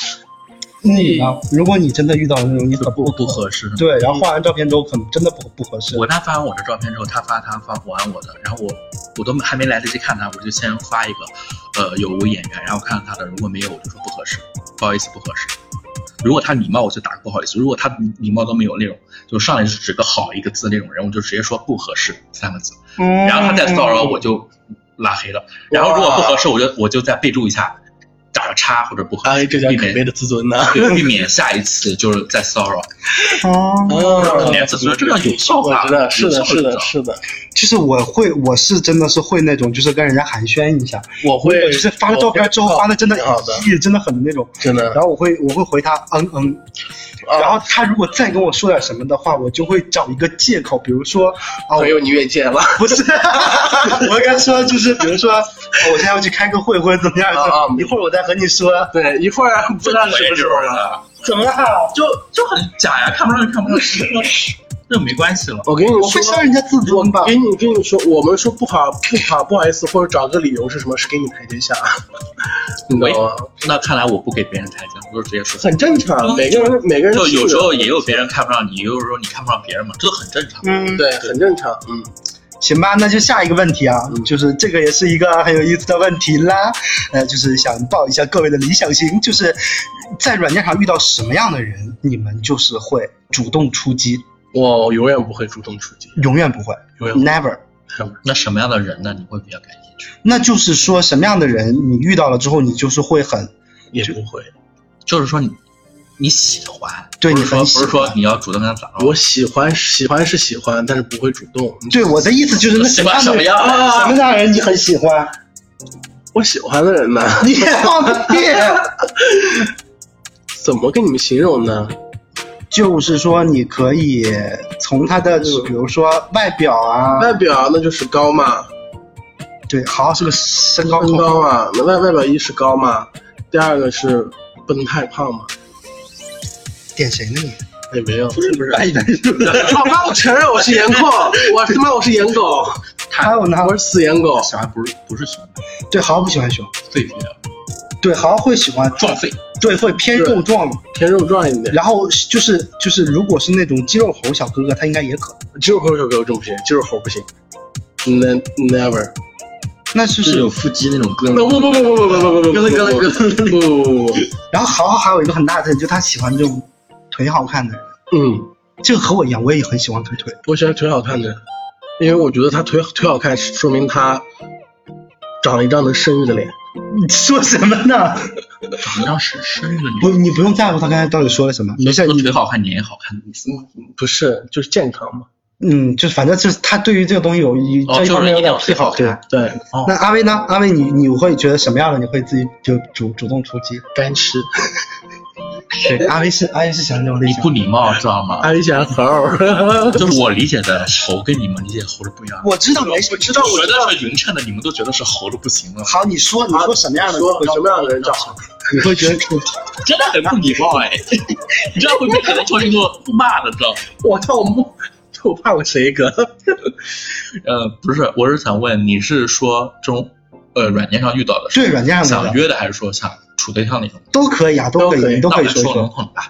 B: 如果你真的遇到那种你很
C: 不合适，
B: 对，然后换完照片之后可能真的不合适。
C: 我发完我的照片之后，他发完我的，然后我都还没来得及看他，我就先发一个有无演员，然后看看他的，如果没有我就说不合适，不好意思不合适。如果他礼貌我就打个不好意思，如果他礼貌都没有那种，就上来就只个好一个字那种人，我就直接说不合适3个字，然后他再骚扰我就拉黑了，然后如果不合适我就再备注一下。打个叉或者不合适，
A: 这叫可悲的自尊呢，
C: 避免下一次就是再骚扰。连自尊这样有效
A: 果，是的。
B: 就是我是真的是会那种，就是跟人家寒暄一下。
A: 我会
B: 就是发了照片之后发的真的真的很那种，
A: 真的。
B: 然后我会回他然后他如果再跟我说点什么的话，我就会找一个借口，比如说
A: 朋友你越界了，
B: 不是，我应该说就是比如说我现在要去开个会或者怎么样，一会儿我再和你说。
A: 对，一会儿不知道什么时候了。
B: 怎么了？
C: 就很假呀，看不上就看不上，这没关系了。
A: 我跟你说，
B: 我会伤人家自尊吧？
A: 跟你说，我们说不好意思，或者找个理由是什么？是给你台阶下。你懂吗？
C: 那看来我不给别人台阶，我就直接说。
A: 很正常，每个人
C: 就有时候也有别人看不上你，也有时候你看不上别人嘛，这都很正常。
A: 对，很正常。
B: 行吧，那就下一个问题啊，就是这个也是一个很有意思的问题啦，就是想报一下各位的理想型，就是在软件上遇到什么样的人，你们就是会主动出击？
A: 我永远不会主动出击，
B: 永远不会，
A: 永远不会
B: never。
C: 那什么样的人呢？你会比较感兴趣？
B: 那就是说什么样的人你遇到了之后，你就是会很
A: 也不会。
C: 就是说你喜欢，
B: 对
C: 不是说
B: 你很喜欢
C: 不是说你要主动跟他打招呼。
A: 我喜欢是喜欢，但是不会主动。
B: 对我的意思就是那
C: 喜欢什么样
B: 啊？什么样的人你很喜欢？
A: 我喜欢的人呢？
B: 你放屁！
A: 怎么跟你们形容呢？
B: 就是说你可以从他的比如说外表啊，
A: 外表那就是高嘛，
B: 对，好是个身高
A: 身高嘛，那外表一是高嘛，第二个是不能太胖嘛。
B: 点谁呢你？
A: 也没有，
C: 不是，
A: 好吧，我承认我是颜控，我是颜狗，
B: 还有呢？
A: 我是死颜狗。
C: 小孩不是熊，
B: 对，豪不喜欢熊，
C: 废肥
B: 对，豪会喜欢
C: 壮废，
B: 对，会偏肉壮，
A: 偏肉壮一点。
B: 然后就是如果是那种肌肉猴小哥哥，他应该也可。
A: 肌肉猴小哥哥真不行，肌肉猴不行。Never。
B: 那就是
D: 有腹肌那种哥。
A: 不。
B: 然后豪还有一个很大的特点，就他喜欢这种腿好看的人。这个和我一样，我也很喜欢腿。
A: 我喜欢腿好看的人，因为我觉得他腿好看，说明他长了一张能生育的脸。
B: 你说什么呢？
C: 长一张生育的脸。
B: 不，你不用在乎他刚才到底说了什么。没事，
C: 你腿好看，脸也好看的意思吗？
A: 不是，就是健康嘛。
B: 就反正就是他对于这个东西这一方面有点癖好。对。那阿威呢？阿威你会觉得什么样的你会自己就主动出击？
A: 干吃。
B: 对，阿威是想那种类型。
C: 你不礼貌知道吗？
A: 阿威喜欢猴，
C: 就是我理解的猴跟你们理解的猴是不一样的。
B: 我知道，没事，
C: 我觉得是匀称的，你们都觉得是猴的不行了。
B: 好，你说什么样的？
A: 说什么样的人叫好？
B: 你会觉得
C: 真的很不礼貌哎！你这样会被可能抽进做互骂的，知道吗？
A: 我怕我谁哥？
C: 不是，我是想问，你是说这种软件上遇到的，
B: 对，软件上
C: 想约的，还是说想处对象那种？
B: 都可以啊，都可以，你都可以说
C: 笼统吧。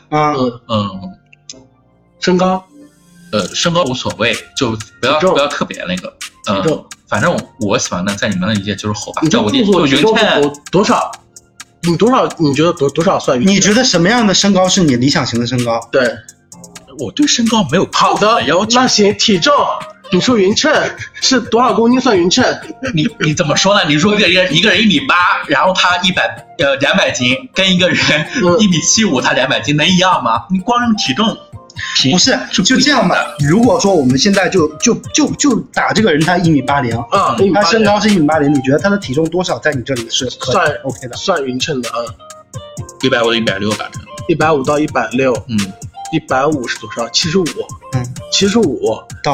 A: 身高，
C: 身高无所谓，就不要特别那个。反正我喜欢的，在你们的理解就是猴吧。
A: 你就匀称多少？你觉得多少算匀称？
B: 你觉得什么样的身高是你理想型的身高？
A: 对。
C: 我对身高没有好的要求。
A: 那行，体重，你说匀称是多少公斤算匀称？
C: 你怎么说呢？你说一个人1.8米，然后他200斤，跟一个人1.75米，他200斤能一样吗？你光用体重
B: 不是就这样吧？如果说我们现在就打这个人，他1.80米，他身高是1.80米，你觉得他的体重多少在你这里是
A: 算
B: OK 的？
A: 算匀称的啊。
C: 150到160反正。
A: 150到160。150是多少？75。75
B: 到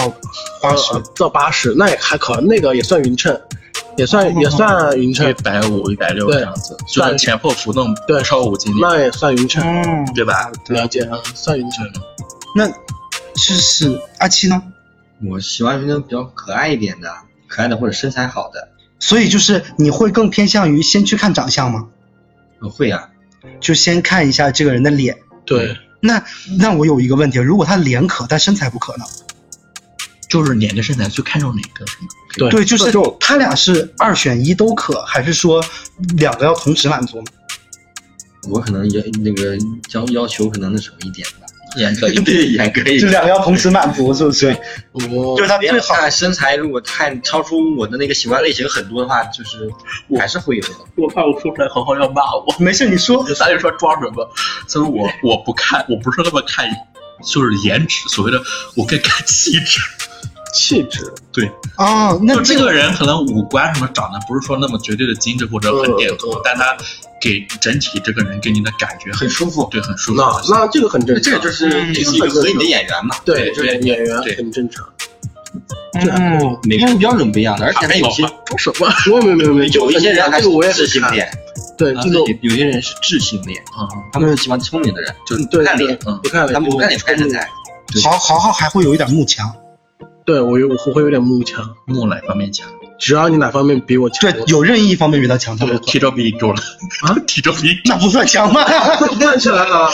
A: 80，那也还可，那个也算匀称，也算匀称。
C: 150、160这样子，算前后浮动对超过5斤，
A: 那也算匀称，
C: 对吧？
A: 了解啊，算匀称。
B: 那是阿七呢？
D: 我喜欢那种比较可爱一点的，可爱的或者身材好的。
B: 所以就是你会更偏向于先去看长相吗？
D: 会啊，就
B: 先看一下这个人的脸。
A: 对。
B: 那我有一个问题，如果他脸可但身材不可呢？
C: 就是脸跟身材最看重哪个？
B: 对，就是他俩是2选1都可，还是说2个要同时满足呢？
D: 我可能那个要求可能那什么一点吧，
C: 严格一点，
B: 就2个要同时满足，是不是？就是他最好
D: 身材如果太超出我的那个喜欢类型很多的话，就是还是会有的。
C: 我怕我说出来豪豪要骂我。
B: 没事，你说。
C: 咱就说装什么？所以我不看，我不是那么看，就是颜值，所谓的我更看气质。
A: 气质
C: 对
B: 啊，那
C: 就这个人可能五官什么长得不是说那么绝对的精致或者很点头，但他给整体这个人给你的感觉很舒服，对，很舒服。
A: 那这个很正常，
D: 这个就是一个合理的演员嘛，
A: 对，演员很正常。
D: 每个人标准不一样的，而且还有些
A: 什么？没
D: 有一些人还是智性恋，
A: 对，这种
D: 有些人是智性恋，他们是喜欢聪明的人，就不看脸，
A: 不看脸，
D: 他们不看脸看身材。
B: 豪还会有一点慕强。
A: 对，我会有点慕强。
C: 慕哪方面强？
A: 只要你哪方面比我强，
B: 对，有任意一方面比他强，他
C: 体重比你重了啊？体重比
B: 那不算强吗？
A: 看起来了，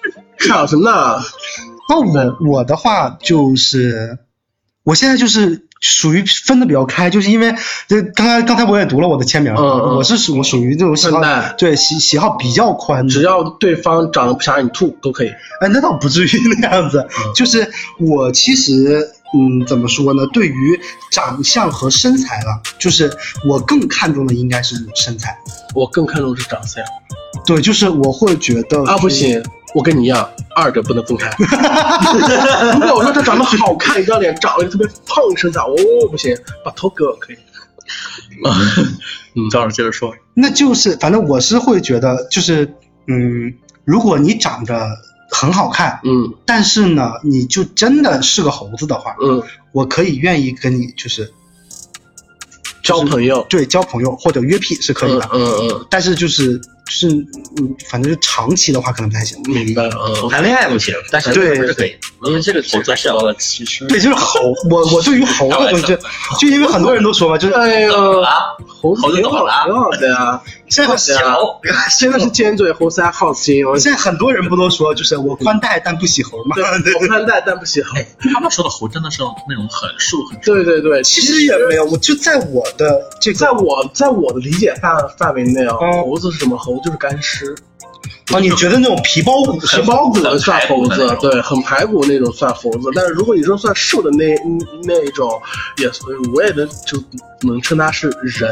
A: 抢什么呢？
B: 那我的话就是，我现在就是属于分的比较开，就是因为就刚才我也读了我的签名，我属于这种喜好，对喜好比较宽，
A: 只要对方长得不想让你吐都可以。
B: 那倒不至于那样子，就是我其实怎么说呢？对于长相和身材啊，就是我更看重的应该是身材，
A: 我更看重是长相。
B: 对，就是我会觉得
A: 不行，我跟你一样，二者不能分开。如果我说他长得好看，一张脸长了一个特别胖身材，不行，把头割可以。
C: 赵老师接着说。
B: 那就是反正我是会觉得就是如果你长得很好看，但是呢你就真的是个猴子的话，我可以愿意跟你就是
A: 交朋友，
B: 对，交朋友或者约屁是可以的，但是就是反正就长期的话可能不太行。
A: 明白，
D: 谈恋爱不行，但是
B: 对
D: 是可以，因为这个猴子是要其实
B: 对，就是猴，我对于猴的东西，就因为很多人都说嘛，就是
A: 猴子挺好的呀，
B: 现在
A: 真的是尖嘴猴腮好心。
B: 现在很多人不都说，就是我宽带但不喜猴嘛？
A: 对，我宽带但不喜猴。
C: 他们说的猴真的是那种很瘦很
A: 瘦。对，
B: 其实也没有，我就在我的这个，
A: 在我的理解范围内猴子是什么？猴子就是干尸。
B: 你觉得那种皮包骨
A: 的算猴子，对，很排骨那种算猴子。但是如果你说算瘦的那一种，也我也就能称它是人。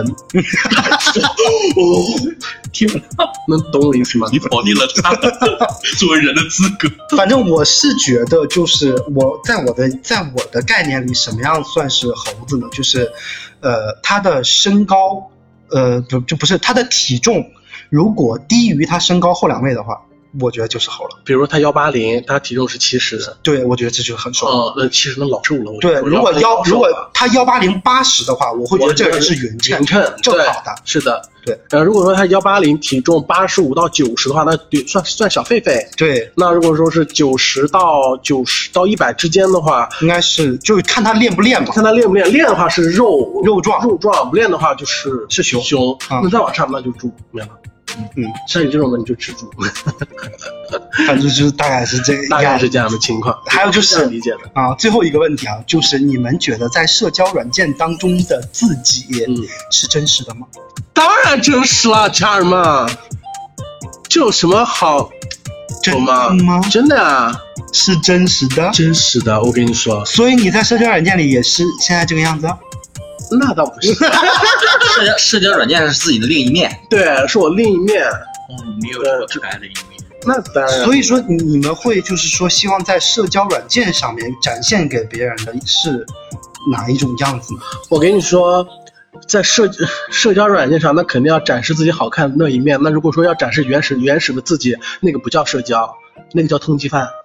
C: 天哪，
A: 能懂我意思吗？
C: 你否定了他作为人的资格。
B: 反正我是觉得，就是我在我的概念里，什么样算是猴子呢？就是他的身高，不是他的体重。如果低于他身高后2位的话，我觉得就是猴了。
A: 比如他180，他体重是70，
B: 对，我觉得这就很瘦。
A: 那70那老瘦了。
B: 对，如果他180、80的话，我会觉得这个人是匀称，正好的。
A: 是的，
B: 对。
A: 如果说他180，体重85到90的话，那算小狒狒。
B: 对。
A: 那如果说是90到100之间的话，
B: 应该是就看他练不练嘛。
A: 看他练不练，练的话是肉壮，不练的话就是熊。那再往上那就猪没了。像你这种的你就吃猪。
B: 反正就是大概是这
A: 样的情况。
B: 还有就是
A: 理解的
B: 最后一个问题就是你们觉得在社交软件当中的自己是真实的吗？
A: 当然真实了，家人们，这有什么好
B: 真的吗？
A: 真的啊，
B: 是真实的，
A: 真实的，我跟你说。
B: 所以你在社交软件里也是现在这个样子？
A: 那倒不是。
D: 社交软件是自己的另一面。
A: 对，是我另一面。
C: 你有这么可爱的一面。
A: 那当然。
B: 所以说你们会就是说希望在社交软件上面展现给别人的是哪一种样子呢？
A: 我跟你说，在社交软件上，那肯定要展示自己好看的那一面。那如果说要展示原始的自己，那个不叫社交，那个叫通缉犯。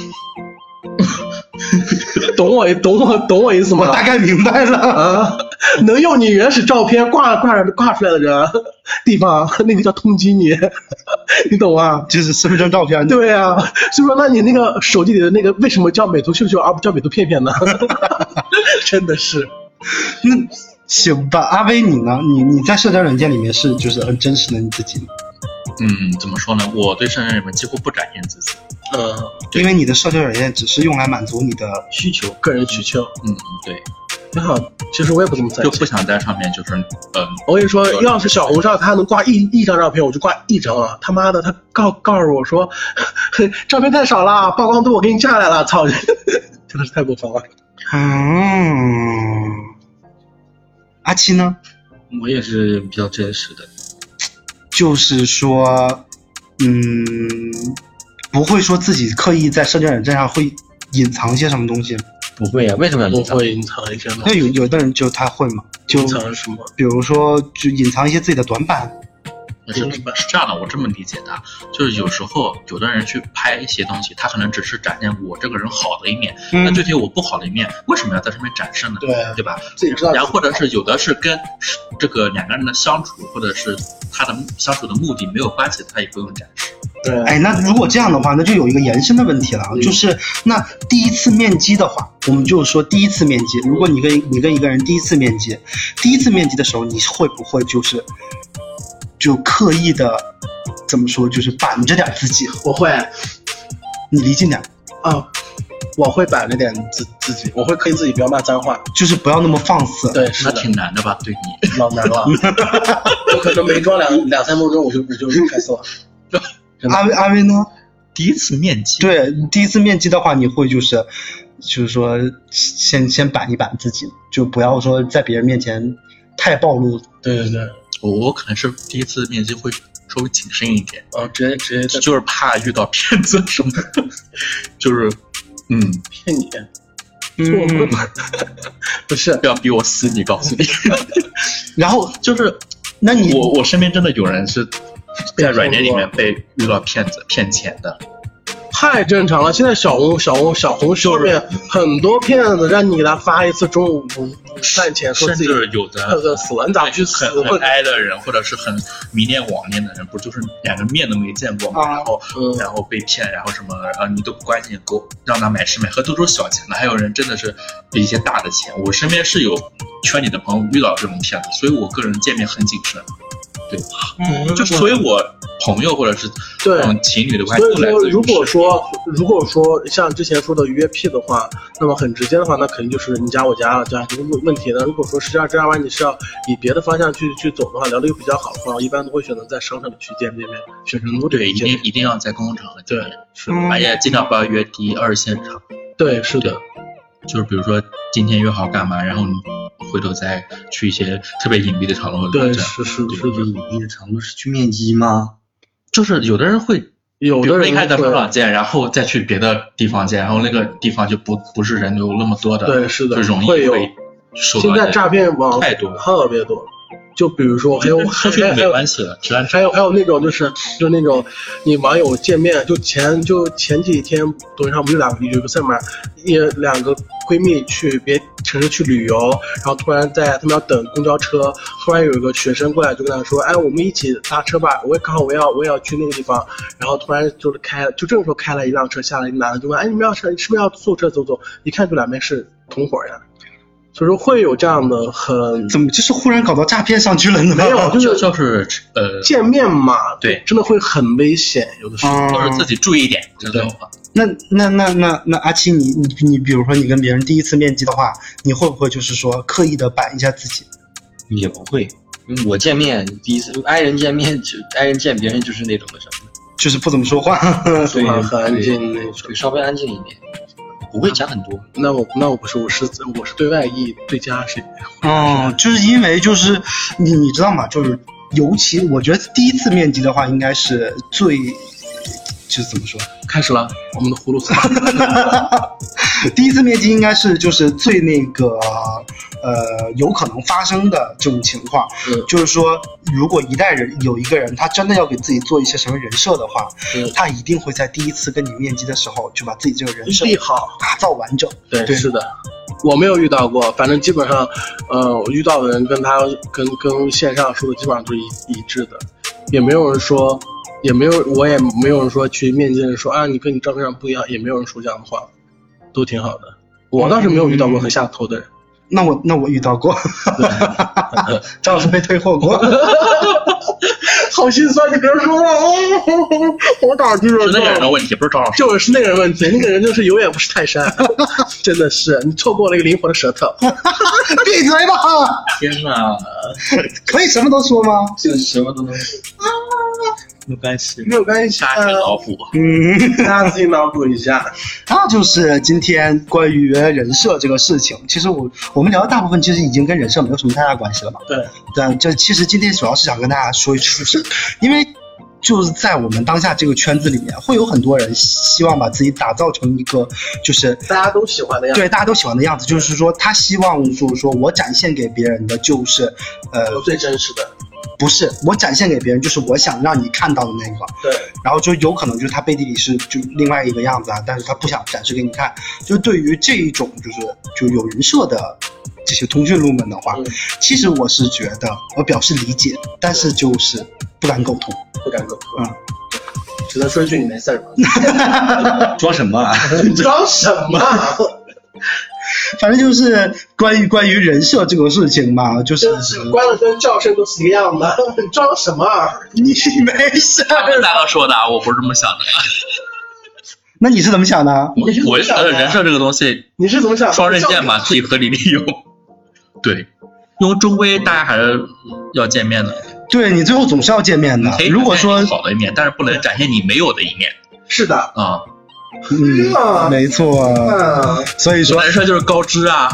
A: 懂我意思吗？
B: 我大概明白了
A: 能用你原始照片挂出来的人地方，那个叫通缉你，你懂吗？
B: 就是身份证照片。
A: 对啊，所以说那你那个手机里的那个为什么叫美图秀秀而不叫美图片片呢？真的是。
B: 那行吧，阿威你呢？你在社交软件里面是就是很真实的你自己吗？
C: 怎么说呢？我对社交软件几乎不展现自己。
B: 因为你的社交软件只是用来满足你的
C: 需求，
A: 个人需求。
C: 对。
A: 挺好，其实我也不怎么在意，
C: 就不想在上面就是
A: 我跟你说，要是小红上他能挂一张照片，我就挂1张啊！他妈的，他告诉我说照片太少了，曝光度我给你下来了，操！真的是太过分了。
B: 阿七呢？
D: 我也是比较真实的，
B: 就是说，不会说自己刻意在社交软件上会隐藏些什么东西。
D: 不会呀，为什么要隐藏？
A: 不会隐藏一些吗？
B: 那有的人就他会嘛，就
A: 隐藏什么？
B: 比如说就隐藏一些自己的短板。
C: 是这样的，我这么理解的，就是有时候有的人去拍一些东西，他可能只是展现我这个人好的一面，那具体我不好的一面为什么要在上面展示呢？对吧？
A: 自己知道。
C: 然后或者是有的是跟这个两个人的相处，或者是他的相处的目的没有关系，他也不用展示。
A: 对。
B: 那如果这样的话，那就有一个延伸的问题了，就是那第一次面基的话，我们就说第一次面基，如果你跟一个人第一次面基的时候，你会不会就刻意的怎么说，就是板着点自己？
A: 我会。
B: 你离近点。
A: 我会摆着点自己，我会刻意自己不要骂脏话，
B: 就是不要那么放肆。
A: 对，是的，
C: 那挺难的吧？对你
A: 老难了，我可能没装两三分钟我就开撕了。
B: 阿威呢？
C: 第一次面基，
B: 对，第一次面基的话，你会就是说先板一板自己，就不要说在别人面前太暴露。
A: 对，
C: 我可能是第一次面基会稍微谨慎一点，
A: 直接
C: 就是怕遇到骗子什么的，就是
A: 骗你，不是
C: 不要逼我死你，告诉你。
B: 然后
C: 就是
B: 那你
C: 我身边真的有人是在软件里面被遇到骗子骗钱的。
A: 太正常了，现在小红书上面很多骗子，让你给他发一次中午饭钱，说自己
C: 甚至有的
A: 死了，你咋不去死？
C: 很哀的人，或者是很迷恋网恋的人，不就是连个面都没见过吗？然后被骗，然后什么你都不关心，让他买吃买喝都是小钱的，还有人真的是一些大的钱。我身边是有圈里的朋友遇到这种骗子，所以我个人见面很谨慎。对，就是所以我朋友或者是情侣的关系都来自于。
A: 如果说像之前说的约屁的话，那么很直接的话，那肯定就是你加我加了，这样一个问题呢。如果说是这样玩，你是要以别的方向去走的话，聊得又比较好的话，我一般都会选择在商场里去见面，选成都
C: 对，一定要在公共场合见面，
A: 是，
C: 而且尽量不要约第二线场。
A: 对，是的，
C: 就是比如说今天约好干嘛，然后你回头再去一些特别隐蔽的场合。
A: 对，
C: 是
D: 隐蔽的场合是去面基吗？
C: 就是有的人会，
A: 有的人
C: 一开始在商场见，然后再去别的地方见，然后那个地方就不是人流那么多的，
A: 对，是的，
C: 就容易
A: 会有。现在诈骗网
C: 太多，
A: 特别多。就比如说，还有
C: 没关系了，
A: 还有那种就是那种你网友见面，就前几天抖音上不是有个事嘛，两个闺蜜去别城市去旅游，然后突然他们要等公交车，突然有一个学生过来就跟他说，哎，我们一起搭车吧，刚好我也要去那个地方，然后突然就这个时候开了一辆车下来，一男的就问，哎，你们是不是要坐车走，一看就两边是同伙呀。所以说会有这样的
B: 怎么就是忽然搞到诈骗上去了呢？
A: 没有，
C: 就是
A: 见面嘛，
C: 对，
A: 真的会很危险，有的时候
C: 都是自己注意一点，
A: 对。
B: 那阿七，你比如说你跟别人第一次面基的话，你会不会就是说刻意的摆一下自己？
D: 也不会，我见面第一次爱人见面，爱人见别人就是那种的什么，
B: 就是不怎么说话，
A: 对，很安静那种，
D: 稍微安静一点。不会讲很多，
A: 那我不是，我是对外意对家是。
B: 就是因为就是你知道吗？就是尤其我觉得第一次面基的话，应该是最就是怎么说？
A: 开始了，我们的葫芦丝。
B: 第一次面基应该是就是最那个有可能发生的这种情况，就是说如果一代人有一个人他真的要给自己做一些什么人设的话，他一定会在第一次跟你面基的时候就把自己这个人设打造完整。
A: 对，是的，我没有遇到过，反正基本上我遇到的人跟他跟线上说的基本上都是一致的，也没有人说，我也没有人说去面基人说啊你跟你照片上不一样，也没有人说这样的话，都挺好的。我倒是没有遇到过很下头的人。
B: 那我遇到过，张老师被退货过，
A: 好心酸，你别说了，我打击了。
C: 是那个人的问题，不是张老师，
A: 就是那个人问题，那个人就是永远不是泰山，真的是你错过了一个灵活的舌头。
B: 闭嘴吧！
C: 天哪，
B: 可以什么都说吗？
D: 就是什么都能说。
C: 没关系，
A: 没有关系，
C: 大家可以脑补，
A: 大家自己脑补一下。
B: 那就是今天关于人设这个事情，其实我们聊的大部分其实已经跟人设没有什么太大关系了嘛。对，就其实今天主要是想跟大家说一说，因为就是在我们当下这个圈子里面，会有很多人希望把自己打造成一个就是
A: 大家都喜欢的样子。
B: 对，大家都喜欢的样子，就是说他希望就是说我展现给别人的就是
A: 最真实的。
B: 不是我展现给别人，就是我想让你看到的那个。
A: 对，
B: 然后就有可能就是他背地里是就另外一个样子啊，但是他不想展示给你看。就对于这一种就有人设的这些通讯录们的话，其实我是觉得我表示理解，但是就是不敢沟通。
A: 只能说一句你没事吧。
D: 装什么啊？
A: 装什么？
B: 反正就是关于人设这个事情嘛，就是
A: 关了灯叫声都是一个样的，装什么？
B: 你没事。
C: 大哥说的，我不是这么想的。
B: 那你是怎么想的？
C: 我就觉得人设这个东西，
A: 你是怎么想？
C: 双刃剑嘛，可以合理利用。对，因为终归大家还是要见面的。
B: 对，你最后总是要见面的。如果说
C: 好的一面，但是不能展现你没有的一面。
A: 是的
C: 啊。
B: 没错。所以说
C: 人设就是高知啊。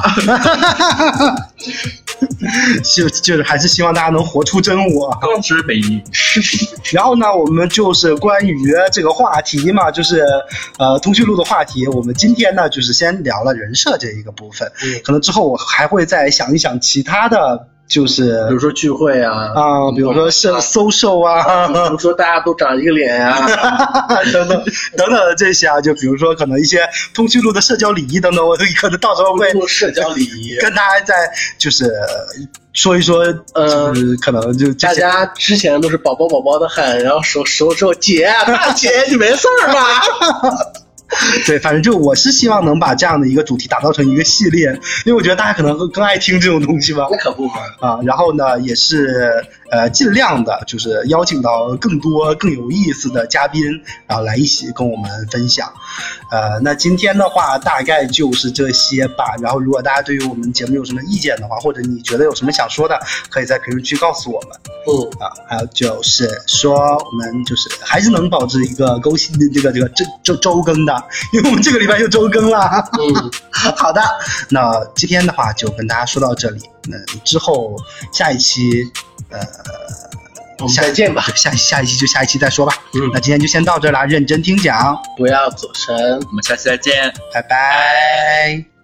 B: 就是还是希望大家能活出真我，
C: 高知美女。
B: 然后呢，我们就是关于这个话题嘛，就是通讯录的话题。我们今天呢，就是先聊了人设这一个部分，可能之后我还会再想一想其他的。就是
A: 比如说聚会啊，
B: 比如说是social 啊，
A: 比如说大家都长一个脸啊，
B: 等等这些啊，就比如说可能一些通讯录的社交礼仪等等，我可能到时候会
A: 社交礼仪
B: 跟大家再就是说一说，可能就
A: 大家之前都是宝宝的喊，然后说姐大姐你没事儿吧？
B: 对，反正就我是希望能把这样的一个主题打造成一个系列，因为我觉得大家可能更爱听这种东西吧。
A: 那可不嘛
B: 啊，然后呢，也是尽量的，就是邀请到更多更有意思的嘉宾，然后来一起跟我们分享。那今天的话大概就是这些吧。然后如果大家对于我们节目有什么意见的话，或者你觉得有什么想说的，可以在评论区告诉我们。还有就是说我们就是还是能保持一个更新的这个周更的，因为我们这个礼拜又周更了。好的，那今天的话就跟大家说到这里。那之后下一期
A: 我们再见吧。
B: 下一期就下一期再说吧。那今天就先到这啦，认真听讲，
A: 不要走神，
C: 我们下期再见，
B: 拜拜。